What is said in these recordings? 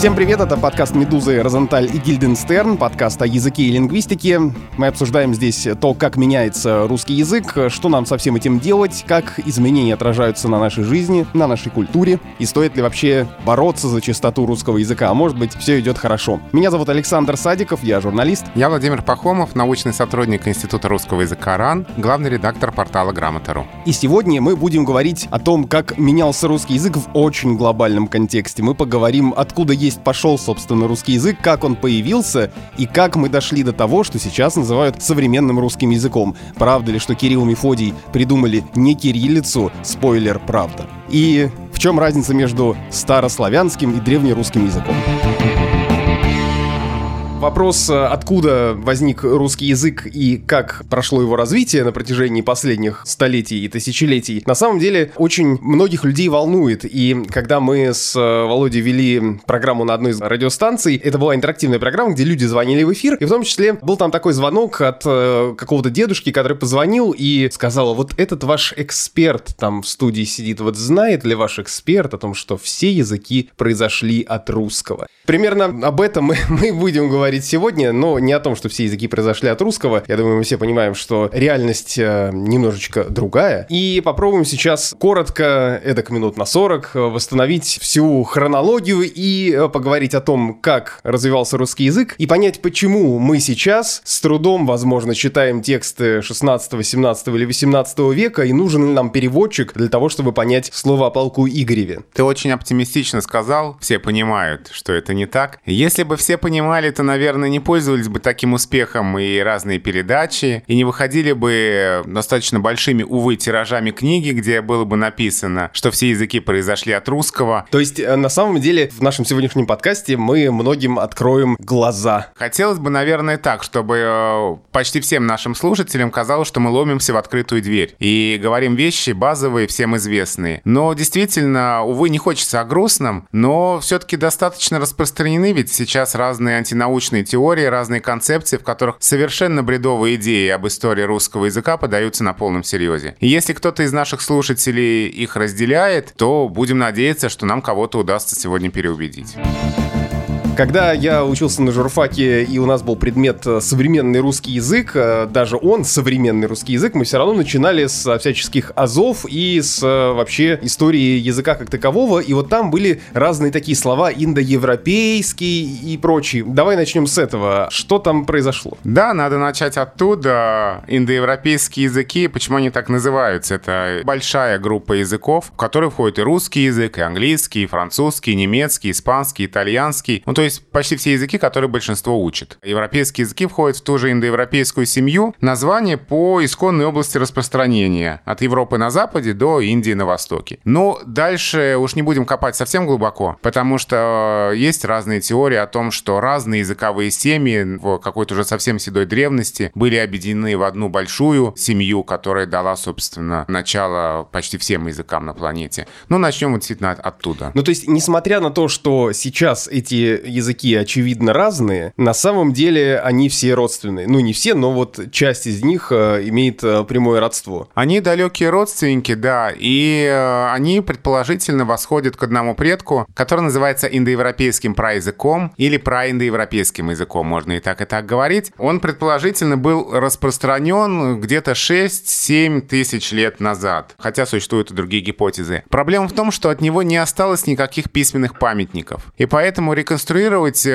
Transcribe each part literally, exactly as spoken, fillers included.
Всем привет, это подкаст «Медузы», «Розенталь» и «Гильденстерн», подкаст о языке и лингвистике. Мы обсуждаем здесь то, как меняется русский язык, что нам со всем этим делать, как изменения отражаются на нашей жизни, на нашей культуре, и стоит ли вообще бороться за чистоту русского языка, а может быть, все идет хорошо. Меня зовут Александр Садиков, я журналист. Я Владимир Пахомов, научный сотрудник Института русского языка РАН, главный редактор портала Грамота.ру. И сегодня мы будем говорить о том, как менялся русский язык в очень глобальном контексте. Мы поговорим, откуда есть пошел, собственно, русский язык, как он появился и как мы дошли до того, что сейчас называют современным русским языком. Правда ли, что Кирилл и Мефодий придумали не кириллицу? Спойлер, правда. И в чем разница между старославянским и древнерусским языком? Вопрос, откуда возник русский язык и как прошло его развитие на протяжении последних столетий и тысячелетий, на самом деле очень многих людей волнует. И когда мы с Володей вели программу на одной из радиостанций, это была интерактивная программа, где люди звонили в эфир, и в том числе был там такой звонок от какого-то дедушки, который позвонил и сказал: вот этот ваш эксперт там в студии сидит, вот знает ли ваш эксперт о том, что все языки произошли от русского? Примерно об этом мы, мы будем говорить сегодня, но не о том, что все языки произошли от русского. Я думаю, мы все понимаем, что реальность э, немножечко другая. И попробуем сейчас коротко, эдак минут на сорок, восстановить всю хронологию и э, поговорить о том, как развивался русский язык, и понять, почему мы сейчас с трудом, возможно, читаем тексты шестнадцатого, семнадцатого или восемнадцатого века, и нужен ли нам переводчик для того, чтобы понять слово о полку Игореве. Ты очень оптимистично сказал, все понимают, что это не так. Если бы все понимали, то, наверное, не пользовались бы таким успехом и разные передачи, и не выходили бы достаточно большими, увы, тиражами книги, где было бы написано, что все языки произошли от русского. То есть, на самом деле, в нашем сегодняшнем подкасте мы многим откроем глаза. Хотелось бы, наверное, так, чтобы почти всем нашим слушателям казалось, что мы ломимся в открытую дверь и говорим вещи базовые, всем известные. Но действительно, увы, не хочется о грустном, но все-таки достаточно распространены ведь сейчас разные антинаучные теории, разные концепции, в которых совершенно бредовые идеи об истории русского языка подаются на полном серьезе. И если кто-то из наших слушателей их разделяет, то будем надеяться, что нам кого-то удастся сегодня переубедить. Когда я учился на журфаке, и у нас был предмет «Современный русский язык», даже он, современный русский язык, мы все равно начинали с всяческих азов и с вообще истории языка как такового, и вот там были разные такие слова: индоевропейский и прочие. Давай начнем с этого. Что там произошло? Да, надо начать оттуда. Индоевропейские языки, почему они так называются? Это большая группа языков, в которые входит и русский язык, и английский, и французский, и немецкий, и испанский, итальянский. Ну, то То есть почти все языки, которые большинство учат. Европейские языки входят в ту же индоевропейскую семью. Название по исконной области распространения. От Европы на западе до Индии на востоке. Но дальше уж не будем копать совсем глубоко, потому что есть разные теории о том, что разные языковые семьи в какой-то уже совсем седой древности были объединены в одну большую семью, которая дала, собственно, начало почти всем языкам на планете. Ну, начнем вот действительно оттуда. Ну, то есть, несмотря на то, что сейчас эти языки, очевидно, разные, на самом деле они все родственные. Ну, не все, но вот часть из них э, имеет э, прямое родство. Они далекие родственники, да, и э, они предположительно восходят к одному предку, который называется индоевропейским праязыком или праиндоевропейским языком, можно и так, и так говорить. Он предположительно был распространен где-то шесть-семь тысяч лет назад, хотя существуют и другие гипотезы. Проблема в том, что от него не осталось никаких письменных памятников, и поэтому реконструировать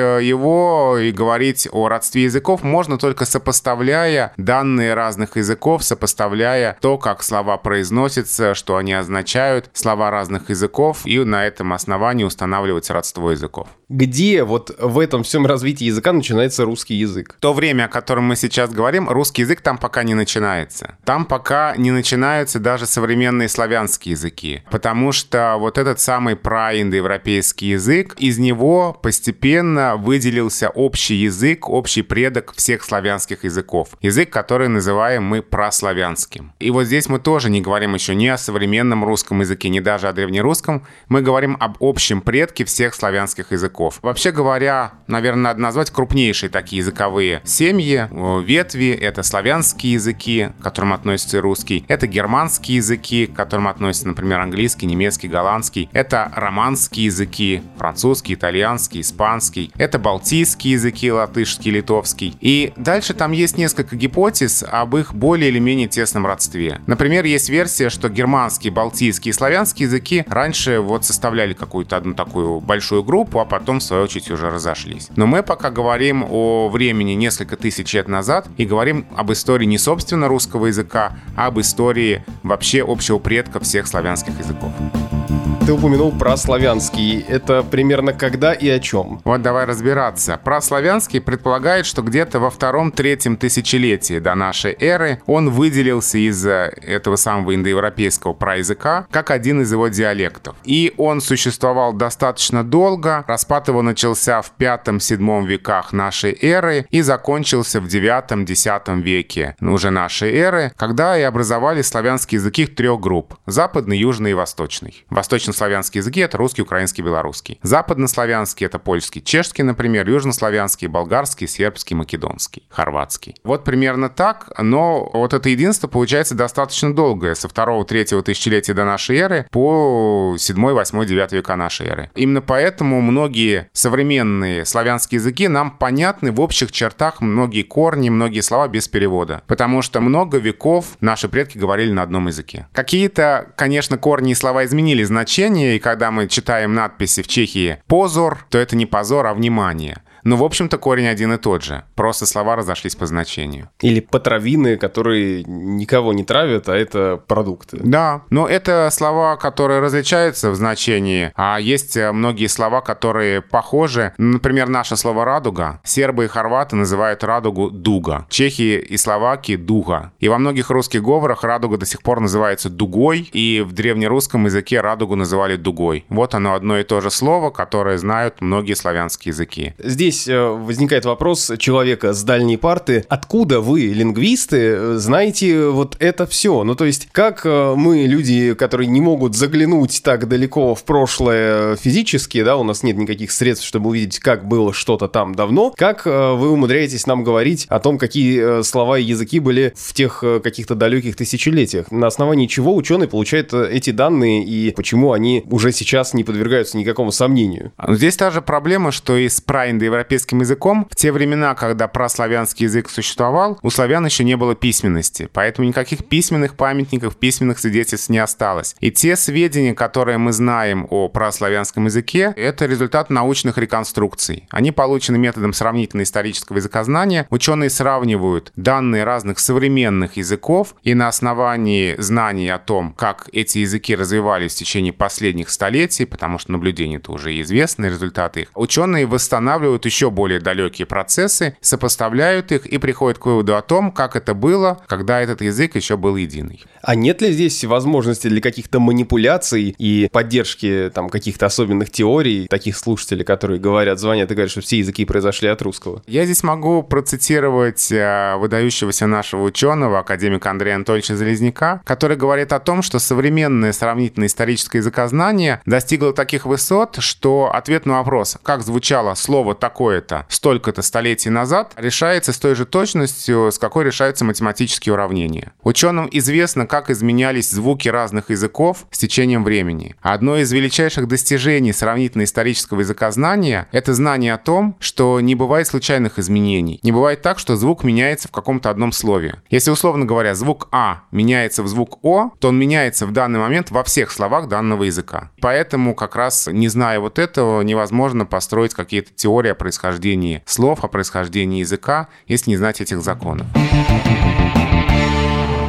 его и говорить о родстве языков можно только сопоставляя данные разных языков, сопоставляя то, как слова произносятся, что они означают, слова разных языков, и на этом основании устанавливать родство языков. Где вот в этом всем развитии языка начинается русский язык? То время, о котором мы сейчас говорим, русский язык там пока не начинается. Там пока не начинаются даже современные славянские языки, потому что вот этот самый праиндоевропейский язык, из него постепенно постепенно выделился общий язык, общий предок всех славянских языков. Язык, который называем мы праславянским. И вот здесь мы тоже не говорим еще ни о современном русском языке, ни даже о древнерусском. Мы говорим об общем предке всех славянских языков. Вообще говоря, наверное, надо назвать крупнейшие такие языковые семьи, ветви. Это славянские языки, к которым относится и русский. Это германские языки, к которым относятся, например, английский, немецкий, голландский. Это романские языки, французский, итальянский, испанский. Это балтийские языки, латышский, литовский. И дальше там есть несколько гипотез об их более или менее тесном родстве. Например, есть версия, что германские, балтийские и славянские языки раньше вот составляли какую-то одну такую большую группу, а потом, в свою очередь, уже разошлись. Но мы пока говорим о времени несколько тысяч лет назад и говорим об истории не собственно русского языка, а об истории вообще общего предка всех славянских языков. Ты упомянул про славянский. Это примерно когда и о чем? Вот давай разбираться. Праславянский предполагает, что где-то во втором-третьем тысячелетии до нашей эры он выделился из этого самого индоевропейского праязыка как один из его диалектов. И он существовал достаточно долго. Распад его начался в пятом-седьмом веках нашей эры и закончился в девятом-десятом веке уже нашей эры, когда и образовались славянские языки трех групп: западный, южный и восточный. Восточный славянские языки — это русский, украинский, белорусский. Западнославянский — это польский, чешский, например, южнославянский, болгарский, сербский, македонский, хорватский. Вот примерно так, но вот это единство получается достаточно долгое, со второго-третьего тысячелетия до нашей эры по седьмой, восьмой, девятый века нашей эры. Именно поэтому многие современные славянские языки нам понятны в общих чертах, многие корни, многие слова без перевода, потому что много веков наши предки говорили на одном языке. Какие-то, конечно, корни и слова изменили значение, и когда мы читаем надписи в Чехии «позор», то это не позор, а внимание. Но, в общем-то, корень один и тот же. Просто слова разошлись по значению. Или потравины, которые никого не травят, а это продукты. Да, но это слова, которые различаются в значении, а есть многие слова, которые похожи. Например, наше слово «радуга». Сербы и хорваты называют радугу «дуга». Чехи и словаки — «дуга». И во многих русских говорах радуга до сих пор называется «дугой», и в древнерусском языке радугу называли «дугой». Вот оно одно и то же слово, которое знают многие славянские языки. Здесь возникает вопрос человека с дальней парты. Откуда вы, лингвисты, знаете вот это все? Ну, то есть, как мы, люди, которые не могут заглянуть так далеко в прошлое физически, да, у нас нет никаких средств, чтобы увидеть, как было что-то там давно, как вы умудряетесь нам говорить о том, какие слова и языки были в тех каких-то далеких тысячелетиях? На основании чего ученый получает эти данные и почему они уже сейчас не подвергаются никакому сомнению? Здесь та же проблема, что и с праиндоевропейским языком. В те времена, когда праславянский язык существовал, у славян еще не было письменности, поэтому никаких письменных памятников, письменных свидетельств не осталось. И те сведения, которые мы знаем о праславянском языке, это результат научных реконструкций. Они получены методом сравнительно-исторического языкознания. Ученые сравнивают данные разных современных языков, и на основании знаний о том, как эти языки развивались в течение последних столетий, потому что наблюдения-то уже известны, результаты их, ученые восстанавливают еще более далекие процессы, сопоставляют их и приходят к выводу о том, как это было, когда этот язык еще был единый. А нет ли здесь возможности для каких-то манипуляций и поддержки там каких-то особенных теорий, таких слушателей, которые говорят, звонят и говорят, что все языки произошли от русского? Я здесь могу процитировать э, выдающегося нашего ученого, академика Андрея Анатольевича Залезняка, который говорит о том, что современное сравнительно-историческое языкознание достигло таких высот, что ответ на вопрос, как звучало слово такое-то столько-то столетий назад, решается с той же точностью, с какой решаются математические уравнения. Ученым известно, как изменялись звуки разных языков с течением времени. Одно из величайших достижений сравнительно-исторического языкознания — это знание о том, что не бывает случайных изменений. Не бывает так, что звук меняется в каком-то одном слове. Если, условно говоря, звук «а» меняется в звук «о», то он меняется в данный момент во всех словах данного языка. Поэтому как раз, не зная вот этого, невозможно построить какие-то теории о происхождении слов, о происхождении языка, если не знать этих законов.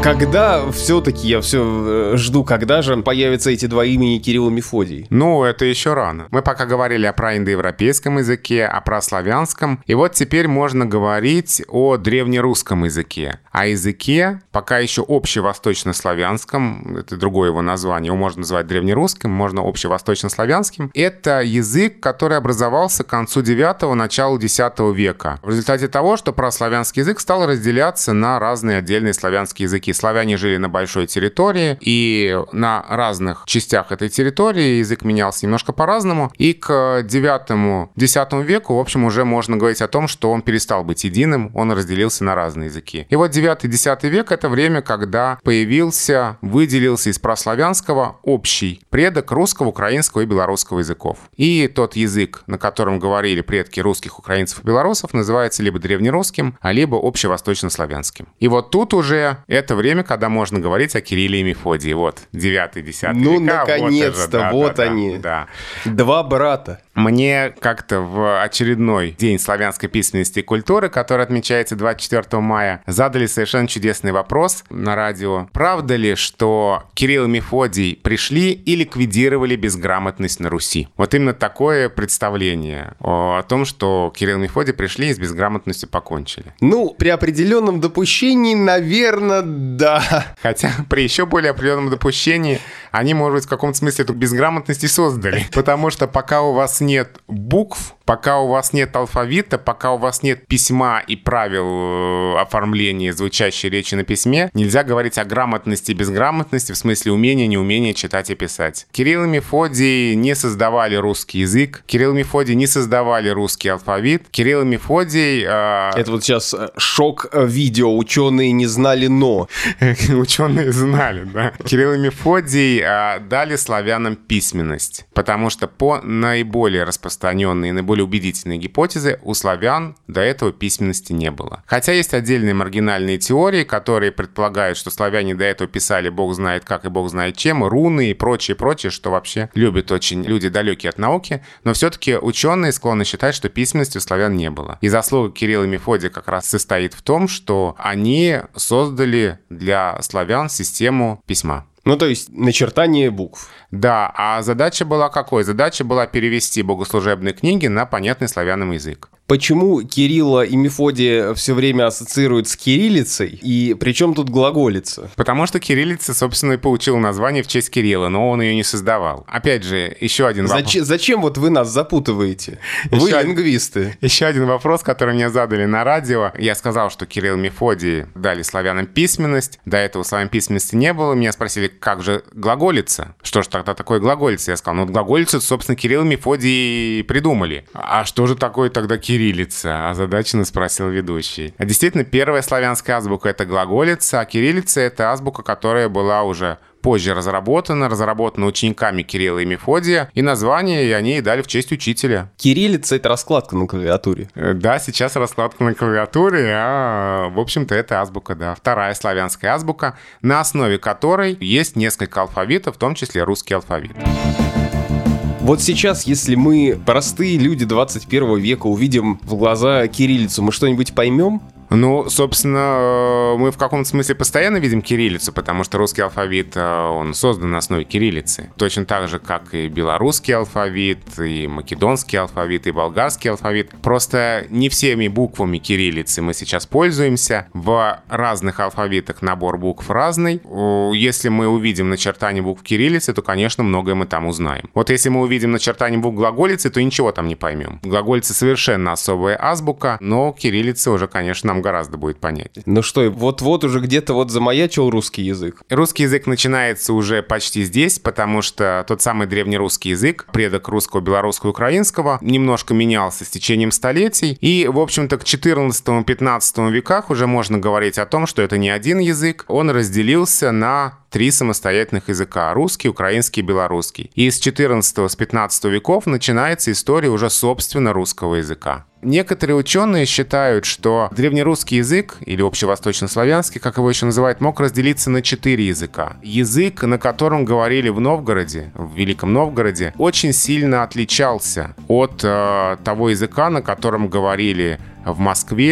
Когда все-таки, я все жду, когда же появятся эти два имени Кирилл и Мефодий? Ну, это еще рано. Мы пока говорили о праиндоевропейском языке, о праславянском, и вот теперь можно говорить о древнерусском языке. О языке, пока еще общевосточнославянском, это другое его название, его можно называть древнерусским, можно общевосточнославянским. Это язык, который образовался к концу девятого, началу десятого века. В результате того, что праславянский язык стал разделяться на разные отдельные славянские языки. Славяне жили на большой территории, и на разных частях этой территории язык менялся немножко по-разному. И к девятому-десятому веку, в общем, уже можно говорить о том, что он перестал быть единым, он разделился на разные языки. И вот девятый-десятый век — это время, когда появился, выделился из праславянского общий предок русского, украинского и белорусского языков. И тот язык, на котором говорили предки русских, украинцев и белорусов, называется либо древнерусским, а либо общевосточнославянским. И вот тут уже это время, когда можно говорить о Кирилле и Мефодии. Вот, девятый-десятый ну, века. Ну, наконец-то, вот, да, вот да, они. Да. Два брата. Мне как-то в очередной день славянской письменности и культуры, который отмечается двадцать четвёртого мая, задали совершенно чудесный вопрос на радио. Правда ли, что Кирилл и Мефодий пришли и ликвидировали безграмотность на Руси? Вот именно такое представление о том, что Кирилл и Мефодий пришли и с безграмотностью покончили. Ну, при определенном допущении, наверное, да. Хотя при еще более определенном допущении они, может быть, в каком-то смысле эту безграмотность и создали. Потому что пока у вас нет букв, пока у вас нет алфавита, пока у вас нет письма и правил оформления звучащей речи на письме, нельзя говорить о грамотности и безграмотности в смысле умения, неумения читать и писать. Кирилл и Мефодий не создавали русский язык, Кирилл и Мефодий не создавали русский алфавит, Кирилл и Мефодий... Э... Это вот сейчас шок-видео, ученые не знали «но». Ученые знали, да. Кирилл и Мефодий э, дали славянам письменность, потому что по наиболее распространенной и наиболее убедительные гипотезы у славян до этого письменности не было. Хотя есть отдельные маргинальные теории, которые предполагают, что славяне до этого писали бог знает как и бог знает чем, руны и прочее, прочее, что вообще любят очень люди далекие от науки, но все-таки ученые склонны считать, что письменности у славян не было. И заслуга Кирилла и Мефодия как раз состоит в том, что они создали для славян систему письма. Ну, то есть начертание букв. Да, а задача была какой? Задача была перевести богослужебные книги на понятный славянам язык. Почему Кирилла и Мефодия все время ассоциируют с кириллицей? И при чем тут глаголица? Потому что кириллица, собственно, и получила название в честь Кирилла, но он ее не создавал. Опять же, еще один вопрос. Зачем, зачем вот вы нас запутываете? Вы еще лингвисты. Еще один вопрос, который мне задали на радио. Я сказал, что Кирилл и Мефодий дали славянам письменность. До этого славян письменности не было. Меня спросили, как же глаголица? Что же тогда такое глаголица? Я сказал, ну, глаголицу, собственно, Кирилл и Мефодий придумали. А что же такое тогда кириллица? Озадаченно спросил ведущий. А действительно, первая славянская азбука — это глаголица, а кириллица — это азбука, которая была уже позже разработана, разработана учениками Кирилла и Мефодия, и название и они дали в честь учителя. Кириллица — это раскладка на клавиатуре. Да, сейчас раскладка на клавиатуре, а, в общем-то, это азбука, да. Вторая славянская азбука, на основе которой есть несколько алфавитов, в том числе русский алфавит. Вот сейчас, если мы, простые люди двадцать первого века, увидим в глаза кириллицу, мы что-нибудь поймем? Ну, собственно, мы в каком-то смысле постоянно видим кириллицу, потому что русский алфавит, он создан на основе кириллицы. Точно так же, как и белорусский алфавит, и македонский алфавит, и болгарский алфавит. Просто не всеми буквами кириллицы мы сейчас пользуемся. В разных алфавитах набор букв разный. Если мы увидим начертание букв кириллицы, то, конечно, многое мы там узнаем. Вот если мы увидим начертание букв глаголицы, то ничего там не поймем. Глаголица совершенно особая азбука, но кириллица уже, конечно, нам гораздо будет понятнее. Ну что, вот-вот уже где-то вот замаячил русский язык. Русский язык начинается уже почти здесь, потому что тот самый древнерусский язык, предок русского, белорусского, украинского, немножко менялся с течением столетий. И, в общем-то, к четырнадцатому-пятнадцатому веках уже можно говорить о том, что это не один язык. Он разделился на три самостоятельных языка — русский, украинский и белорусский. И с четырнадцатого, с пятнадцатого веков начинается история уже собственно русского языка. Некоторые ученые считают, что древнерусский язык, или общевосточнославянский, как его еще называют, мог разделиться на четыре языка. Язык, на котором говорили в Новгороде, в Великом Новгороде, очень сильно отличался от э, того языка, на котором говорили в Москве, в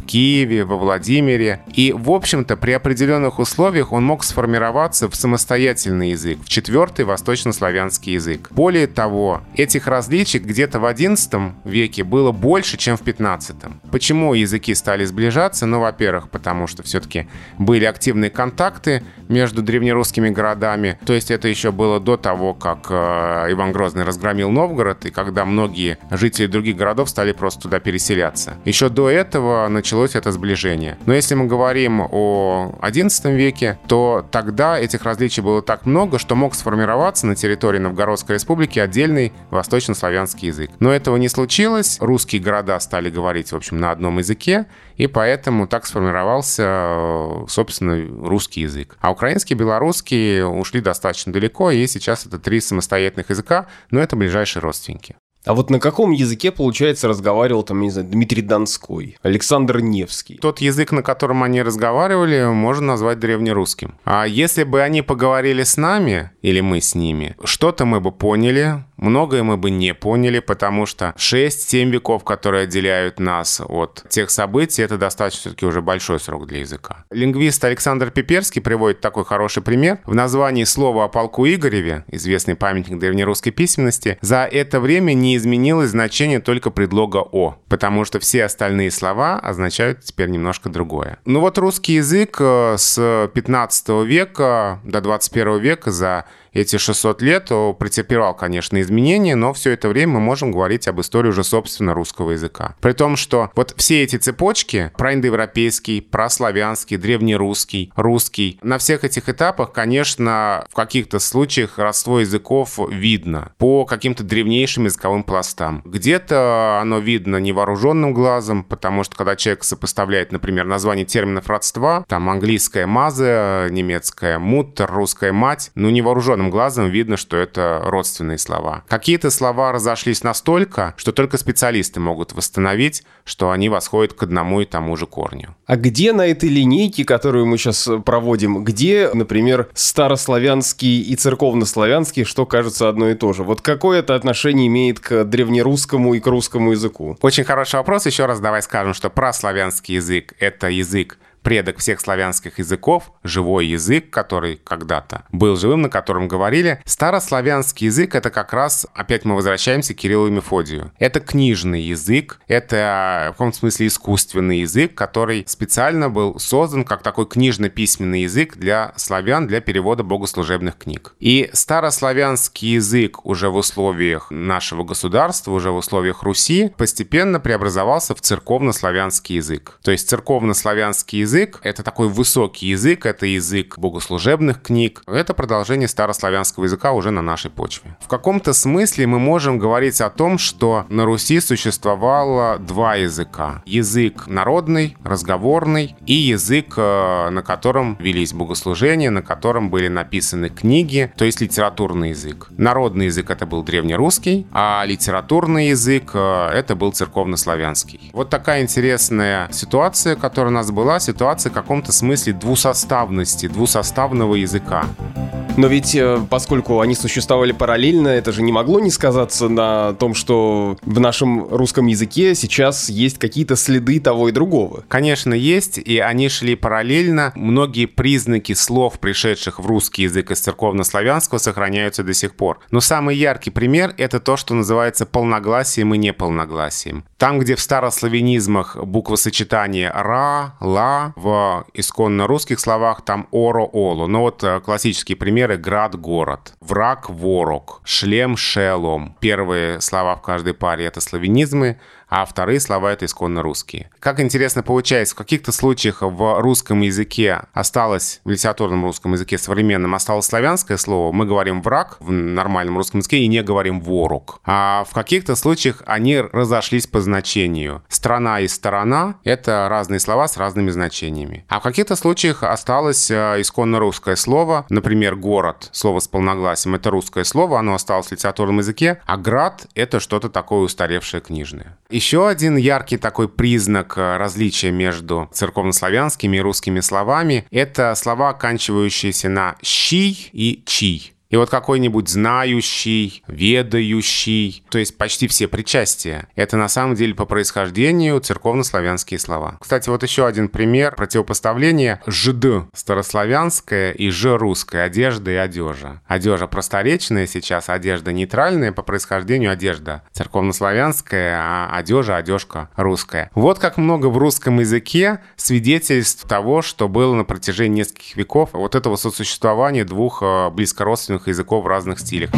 Киеве, во Владимире. И, в общем-то, при определенных условиях он мог сформироваться в самостоятельный язык, в четвертый восточнославянский язык. Более того, этих различий где-то в одиннадцатом веке было больше, чем в пятнадцатом. Почему языки стали сближаться? Ну, во-первых, потому что все-таки были активные контакты между древнерусскими городами. То есть это еще было до того, как э, Иван Грозный разгромил Новгород, и когда многие жители других городов стали просто туда переселяться. Еще до этого началось это сближение. Но если мы говорим о одиннадцатом веке, то тогда этих различий было так много, что мог сформироваться на территории Новгородской республики отдельный восточнославянский язык. Но этого не случилось. Русские города стали говорить, в общем, на одном языке, и поэтому так сформировался, собственно, русский язык. А украинский, белорусский ушли достаточно далеко, и сейчас это три самостоятельных языка, но это ближайшие родственники. А вот на каком языке, получается, разговаривал, там, не знаю, Дмитрий Донской, Александр Невский? Тот язык, на котором они разговаривали, можно назвать древнерусским. А если бы они поговорили с нами, или мы с ними, что-то мы бы поняли, многое мы бы не поняли, потому что шесть-семь веков, которые отделяют нас от тех событий, это достаточно все-таки уже большой срок для языка. Лингвист Александр Пиперский приводит такой хороший пример. В названии слова о полку Игореве, известный памятник древнерусской письменности, за это время не изменилось значение только предлога «о», потому что все остальные слова означают теперь немножко другое. Ну вот русский язык с пятнадцатого века до двадцать первого века за эти шестьсот лет претерпевал, конечно, изменения, но все это время мы можем говорить об истории уже, собственно, русского языка. При том, что вот все эти цепочки, проиндоевропейский, прославянский, древнерусский, русский, на всех этих этапах, конечно, в каких-то случаях родство языков видно по каким-то древнейшим языковым пластам. Где-то оно видно невооруженным глазом, потому что когда человек сопоставляет, например, название терминов родства, там английская «мазе», немецкая «муттер», русская «мать», ну, невооруженным глазом видно, что это родственные слова. Какие-то слова разошлись настолько, что только специалисты могут восстановить, что они восходят к одному и тому же корню. А где на этой линейке, которую мы сейчас проводим, где, например, старославянский и церковнославянский, что кажется одно и то же? Вот какое это отношение имеет к древнерусскому и к русскому языку? Очень хороший вопрос. Еще раз давай скажем, что праславянский язык — это язык, предок всех славянских языков, живой язык, который когда-то был живым, на котором говорили. Старославянский язык — это как раз, опять мы возвращаемся к Кириллу и Мефодию. Это книжный язык, это в каком-то смысле искусственный язык, который специально был создан как такой книжно-письменный язык для славян, для перевода богослужебных книг. И старославянский язык уже в условиях нашего государства, уже в условиях Руси, постепенно преобразовался в церковнославянский язык. То есть церковнославянский язык Язык — это такой высокий язык, это язык богослужебных книг. Это продолжение старославянского языка уже на нашей почве. В каком-то смысле мы можем говорить о том, что на Руси существовало два языка. Язык народный, разговорный, и язык, на котором велись богослужения, на котором были написаны книги, то есть литературный язык. Народный язык — это был древнерусский, а литературный язык — это был церковнославянский. Вот такая интересная ситуация, которая у нас была, ситуация в каком-то смысле двусоставности, двусоставного языка. Но ведь, поскольку они существовали параллельно, это же не могло не сказаться на том, что в нашем русском языке сейчас есть какие-то следы того и другого. Конечно, есть, и они шли параллельно. Многие признаки слов, пришедших в русский язык из церковнославянского, сохраняются до сих пор. Но самый яркий пример — это то, что называется полногласием и неполногласием. Там, где в старославянизмах буквосочетание «ра», «ла», в исконно русских словах там «оро», «оло». Но вот классические примеры: град, город, враг, ворог, шлем, шелом. Первые слова в каждой паре — это славянизмы, а вторые слова — это исконно русские. Как интересно получается, в каких-то случаях в русском языке осталось, в литературном русском языке современном осталось славянское слово, мы говорим «враг» в нормальном русском языке и не говорим «ворог». А в каких-то случаях они разошлись по значению. Страна и сторона — это разные слова с разными значениями. А в каких-то случаях осталось исконно русское слово, например, город, слово с полногласием — это русское слово, оно осталось в литературном языке, а град — это что-то такое устаревшее книжное. Еще один яркий такой признак различия между церковнославянскими и русскими словами — это слова, оканчивающиеся на «щи» и «чи». И вот какой-нибудь знающий, ведающий, то есть почти все причастия, это на самом деле по происхождению церковнославянские слова. Кстати, вот еще один пример противопоставления «жд» старославянское и «ж» русское, одежда и одежа. Одежа просторечная сейчас, одежда нейтральная, по происхождению одежда церковнославянская, а одежа, одежка русская. Вот как много в русском языке свидетельств того, что было на протяжении нескольких веков вот этого сосуществования двух близкородственных языков в разных стилях.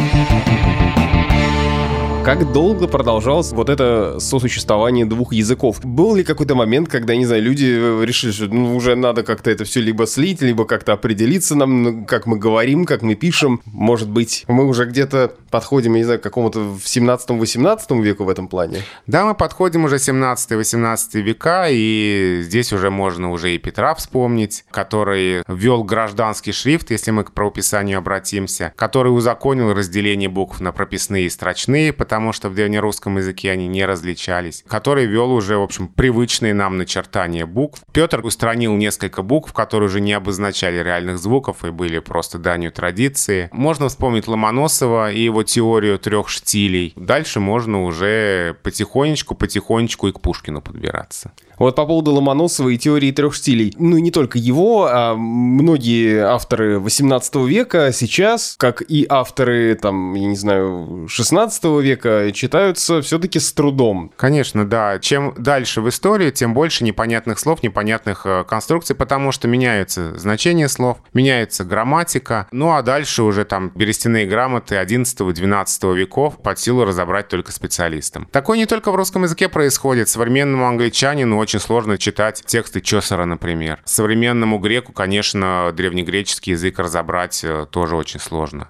Как долго продолжалось вот это сосуществование двух языков? Был ли какой-то момент, когда, не знаю, люди решили, что ну, уже надо как-то это все либо слить, либо как-то определиться нам, как мы говорим, как мы пишем? Может быть, мы уже где-то подходим, я не знаю, к какому-то семнадцатому-восемнадцатому веку в этом плане? Да, мы подходим уже семнадцатый-восемнадцатый века, и здесь уже можно уже и Петра вспомнить, который ввел гражданский шрифт, если мы к правописанию обратимся, который узаконил разделение букв на прописные и строчные, потому что в древнерусском языке они не различались, который ввел уже, в общем, привычные нам начертания букв. Петр устранил несколько букв, которые уже не обозначали реальных звуков и были просто данью традиции. Можно вспомнить Ломоносова и его теорию трех штилей. Дальше можно уже потихонечку-потихонечку и к Пушкину подбираться. Вот по поводу Ломоносова и теории трех штилей. Ну и не только его, а многие авторы восемнадцатого века сейчас, как и авторы, там, я не знаю, шестнадцатого века, читаются все-таки с трудом. Конечно, да. Чем дальше в истории, тем больше непонятных слов, непонятных э, конструкций, потому что меняются значения слов, меняется грамматика. Ну а дальше уже там берестяные грамоты одиннадцатого-двенадцатого веков под силу разобрать только специалистам. Такое не только в русском языке происходит. Современному англичанину очень сложно читать тексты Чосера, например. Современному греку, конечно, древнегреческий язык разобрать тоже очень сложно.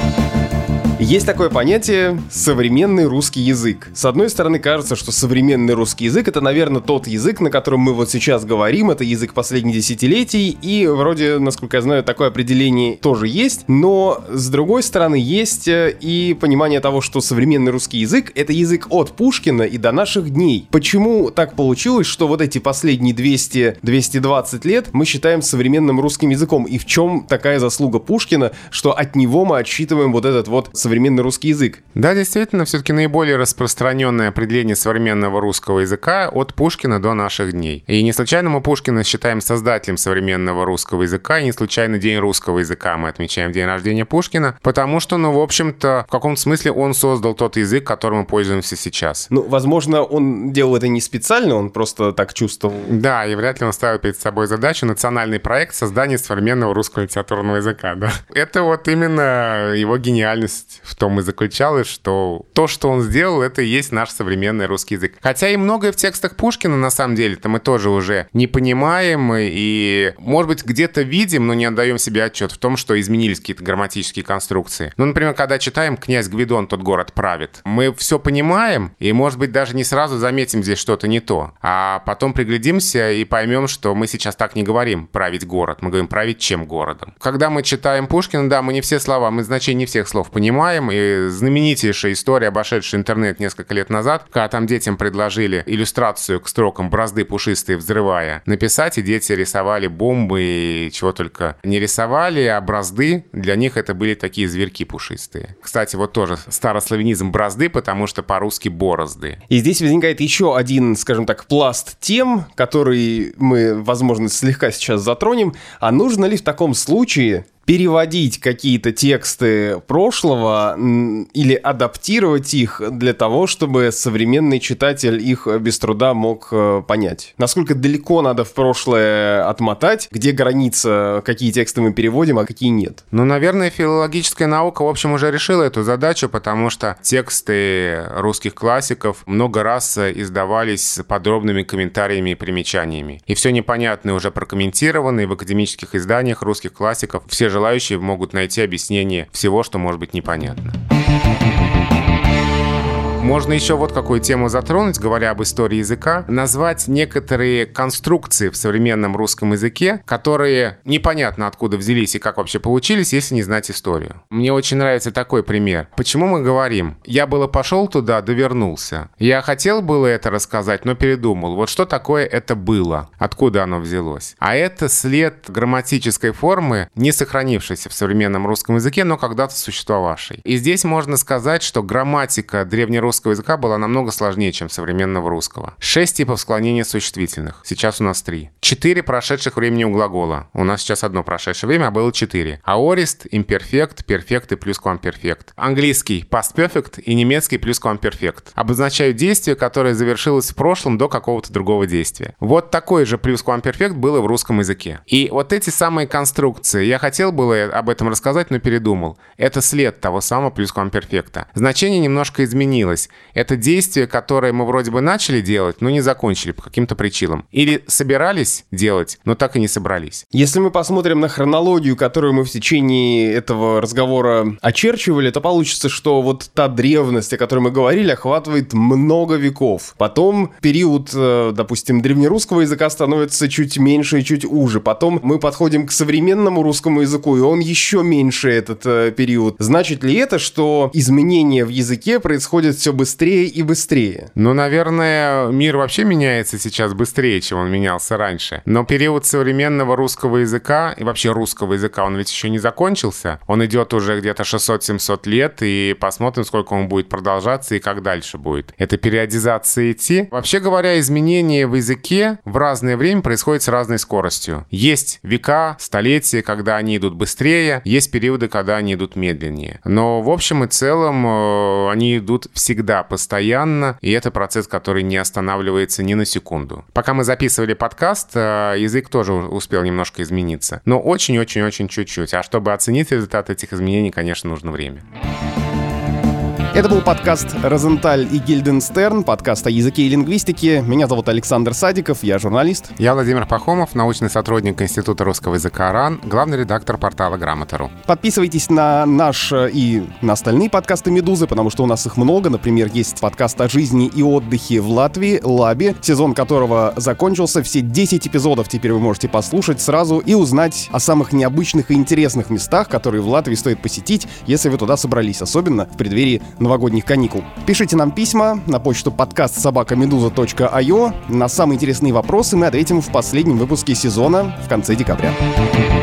Есть такое понятие «современный русский язык». С одной стороны, кажется, что современный русский язык — это, наверное, тот язык, на котором мы вот сейчас говорим, это язык последних десятилетий, и вроде, насколько я знаю, такое определение тоже есть, но с другой стороны, есть и понимание того, что современный русский язык — это язык от Пушкина и до наших дней. Почему так получилось, что вот эти последние двести - двести двадцать лет мы считаем современным русским языком, и в чем такая заслуга Пушкина, что от него мы отсчитываем вот этот вот современный русский язык? Да, действительно, все-таки наиболее распространенное определение современного русского языка от Пушкина до наших дней. И не случайно мы Пушкина считаем создателем современного русского языка, и не случайно День русского языка мы отмечаем день рождения Пушкина, потому что, ну, в общем-то, в каком-то смысле он создал тот язык, которым мы пользуемся сейчас. Ну, возможно, он делал это не специально, он просто так чувствовал. Да, и вряд ли он ставил перед собой задачу национальный проект создания современного русского литературного языка, да. Это вот именно его гениальность в том и заключалось, что то, что он сделал, это и есть наш современный русский язык. Хотя и многое в текстах Пушкина, на самом деле-то, мы тоже уже не понимаем и, может быть, где-то видим, но не отдаем себе отчет в том, что изменились какие-то грамматические конструкции. Ну, например, когда читаем «Князь Гвидон тот город правит», мы все понимаем и, может быть, даже не сразу заметим здесь что-то не то, а потом приглядимся и поймем, что мы сейчас так не говорим «править город», мы говорим «править чем городом». Когда мы читаем Пушкина, да, мы не все слова, мы значение не всех слов понимаем, и знаменитейшая история, обошедшая интернет несколько лет назад, когда там детям предложили иллюстрацию к строкам «Бразды пушистые взрывая» написать, и дети рисовали бомбы и чего только не рисовали, а бразды, для них это были такие зверьки пушистые. Кстати, вот тоже старославянизм «бразды», потому что по-русски «борозды». И здесь возникает еще один, скажем так, пласт тем, который мы, возможно, слегка сейчас затронем. А нужно ли в таком случае переводить какие-то тексты прошлого или адаптировать их для того, чтобы современный читатель их без труда мог понять? Насколько далеко надо в прошлое отмотать, где граница, какие тексты мы переводим, а какие нет? Ну, наверное, филологическая наука, в общем, уже решила эту задачу, потому что тексты русских классиков много раз издавались с подробными комментариями и примечаниями. И все непонятное уже прокомментировано, и в академических изданиях русских классиков все желающие могут найти объяснение всего, что может быть непонятно. Можно еще вот какую тему затронуть, говоря об истории языка, назвать некоторые конструкции в современном русском языке, которые непонятно откуда взялись и как вообще получились, если не знать историю. Мне очень нравится такой пример. Почему мы говорим «я было пошел туда, да вернулся». Я хотел было это рассказать, но передумал. Вот что такое это было? Откуда оно взялось? А это след грамматической формы, не сохранившейся в современном русском языке, но когда-то существовавшей. И здесь можно сказать, что грамматика древнерусского языка была намного сложнее, чем современного русского. Шесть типов склонения существительных. Сейчас у нас три. Четыре прошедших времени у глагола. У нас сейчас одно прошедшее время, а было четыре. Аорист, имперфект, перфект и плюсквамперфект. Английский past perfect и немецкий плюсквамперфект обозначают действие, которое завершилось в прошлом до какого-то другого действия. Вот такой же плюсквамперфект было в русском языке. И вот эти самые конструкции, я хотел было об этом рассказать, но передумал. Это след того самого плюсквамперфекта. Значение немножко изменилось. Это действие, которое мы вроде бы начали делать, но не закончили по каким-то причинам. Или собирались делать, но так и не собрались. Если мы посмотрим на хронологию, которую мы в течение этого разговора очерчивали, то получится, что вот та древность, о которой мы говорили, охватывает много веков. Потом период, допустим, древнерусского языка становится чуть меньше и чуть уже. Потом мы подходим к современному русскому языку, и он еще меньше этот э, период. Значит ли это, что изменения в языке происходят все быстрее и быстрее? Ну, наверное, мир вообще меняется сейчас быстрее, чем он менялся раньше. Но период современного русского языка, и вообще русского языка, он ведь еще не закончился. Он идет уже где-то шестьсот-семьсот лет, и посмотрим, сколько он будет продолжаться и как дальше будет. Это периодизация идти. Вообще говоря, изменения в языке в разное время происходят с разной скоростью. Есть века, столетия, когда они идут быстрее, есть периоды, когда они идут медленнее. Но в общем и целом э, они идут всегда, постоянно, и это процесс, который не останавливается ни на секунду. Пока мы записывали подкаст, э, язык тоже успел немножко измениться. Но очень-очень-очень чуть-чуть. А чтобы оценить результат этих изменений, конечно, нужно время. Это был подкаст «Розенталь и Гильденстерн», подкаст о языке и лингвистике. Меня зовут Александр Садиков, я журналист. Я Владимир Пахомов, научный сотрудник Института русского языка РАН, главный редактор портала Грамота.ру. Подписывайтесь на наш и на остальные подкасты «Медузы», потому что у нас их много. Например, есть подкаст о жизни и отдыхе в Латвии, Лаби, сезон которого закончился. Все десять эпизодов теперь вы можете послушать сразу и узнать о самых необычных и интересных местах, которые в Латвии стоит посетить, если вы туда собрались, особенно в преддверии новогодних каникул. Пишите нам письма на почту подкаст собака медуза точка ай о. На самые интересные вопросы мы ответим в последнем выпуске сезона в конце декабря.